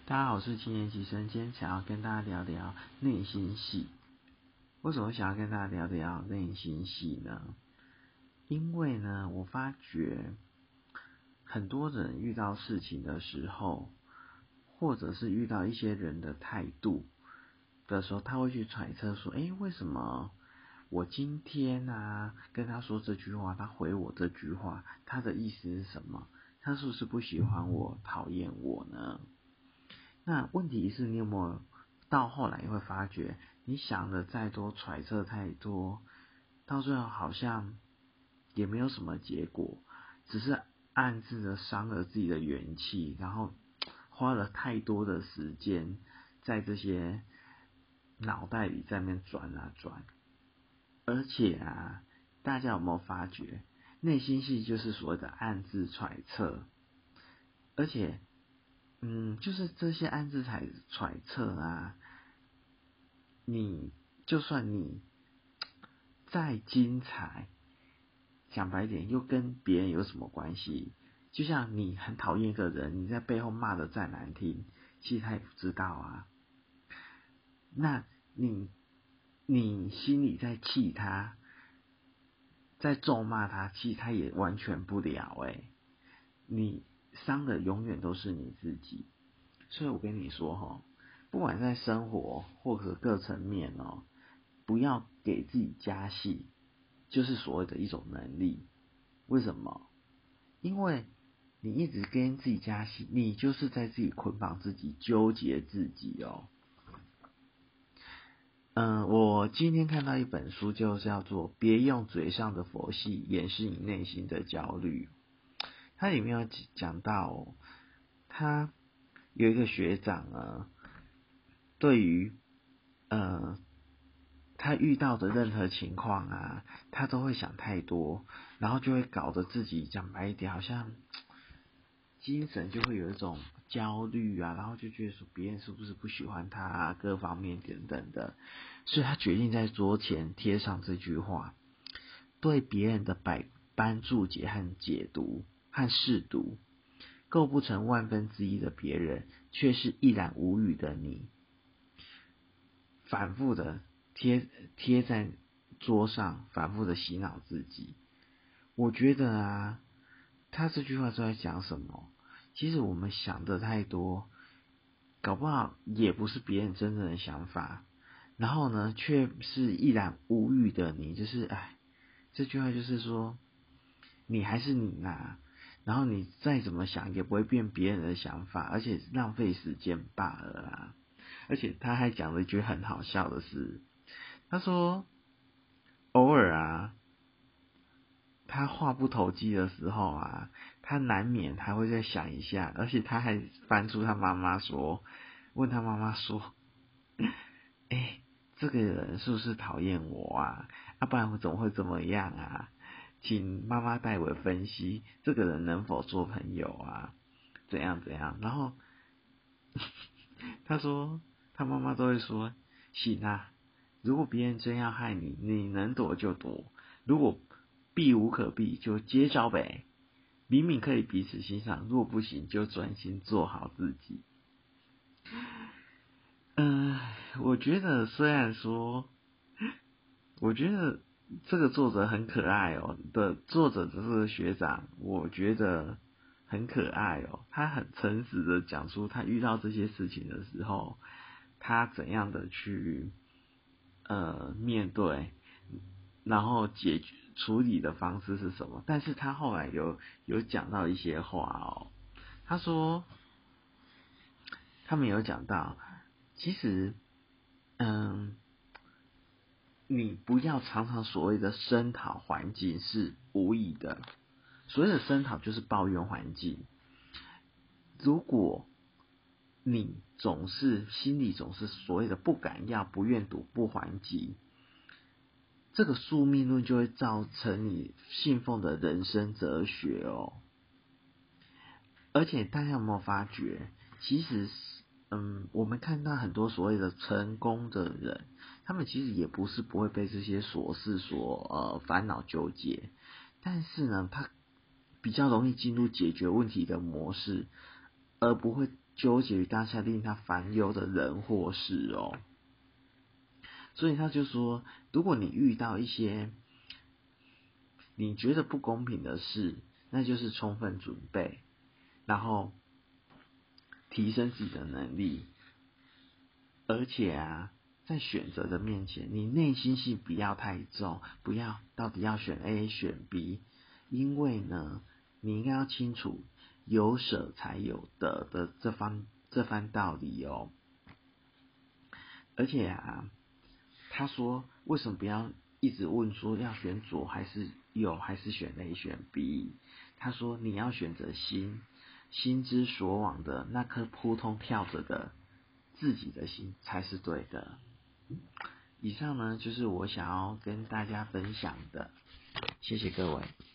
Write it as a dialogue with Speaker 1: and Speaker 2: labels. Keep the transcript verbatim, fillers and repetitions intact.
Speaker 1: 大家好，我是七年级生，今天想要跟大家聊聊内心戏。为什么想要跟大家聊聊内心戏呢？因为呢，我发觉很多人遇到事情的时候，或者是遇到一些人的态度的时候，他会去揣测说，诶，为什么我今天啊跟他说这句话，他回我这句话，他的意思是什么？他是不是不喜欢我、讨厌我呢？那问题是你有没有到后来会发觉，你想的再多，揣测太多，到最后好像也没有什么结果，只是暗自的伤了自己的元气，然后花了太多的时间在这些脑袋里在那边转啊转。而且啊，大家有没有发觉，内心戏就是所谓的暗自揣测，而且嗯，就是这些暗自揣揣测啊，你就算你再精彩，讲白点，又跟别人有什么关系？就像你很讨厌一个人，你在背后骂的再难听，其实他也不知道啊。那你你心里在气他，在咒骂他，其实他也完全不了哎、欸。你伤的永远都是你自己。所以我跟你说齁，不管在生活或者各层面哦，不要给自己加戏，就是所谓的一种能力。为什么？因为你一直跟自己加戏，你就是在自己捆绑自己、纠结自己哦。嗯，我今天看到一本书，就叫做《别用嘴上的佛系掩饰你内心的焦虑》。它里面有讲到、哦，他有一个学长啊，对于呃他遇到的任何情况啊，他都会想太多，然后就会搞得自己讲白一点，好像精神就会有一种焦虑啊，然后就觉得说别人是不是不喜欢他啊，各方面等等的，所以他决定在桌前贴上这句话：对别人的百般注解和解读和试读，构不成万分之一的别人，却是一览无余的你。反复的贴贴在桌上，反复的洗脑自己。我觉得啊，他这句话是在讲什么？其实我们想的太多，搞不好也不是别人真正的想法。然后呢，却是一览无余的你，就是哎，这句话就是说，你还是你啦，然后你再怎么想也不会变别人的想法，而且浪费时间罢了啦。而且他还讲了一句很好笑的事，他说偶尔啊，他话不投机的时候啊，他难免还会再想一下，而且他还翻出他妈妈说，问他妈妈说，哎、欸，这个人是不是讨厌我啊？啊，不然我怎么会这么样啊？请妈妈代为分析，这个人能否做朋友啊？怎样怎样？然后他说，他妈妈都会说，行啊，如果别人真要害你，你能躲就躲，如果避无可避，就接招呗。明明可以彼此欣赏，若不行，就专心做好自己。嗯、呃，我觉得虽然说，我觉得这个作者很可爱哦，的作者只是学长，我觉得很可爱哦。他很诚实的讲出他遇到这些事情的时候，他怎样的去呃面对，然后解决处理的方式是什么。但是他后来有有讲到一些话哦，他说他们有讲到，其实嗯。你不要常常所谓的声讨环境是无意的，所谓的声讨就是抱怨环境。如果你总是心里总是所谓的不敢要、不愿赌、不还击，这个宿命论就会造成你信奉的人生哲学哦。而且大家有没有发觉，其实嗯，我们看到很多所谓的成功的人，他们其实也不是不会被这些琐事所呃烦恼纠结，但是呢，他比较容易进入解决问题的模式，而不会纠结于当下令他烦忧的人或事哦。所以他就说，如果你遇到一些你觉得不公平的事，那就是充分准备，然后提升自己的能力，而且啊，在选择的面前，你内心戏不要太重，不要到底要选 A 选 B， 因为呢，你应该要清楚有舍才有得的这番这番道理哦。而且啊，他说为什么不要一直问说要选左还是右，还是选 A 选 B？ 他说你要选择心，心之所往的那颗扑通跳着的自己的心才是对的。以上呢就是我想要跟大家分享的，谢谢各位。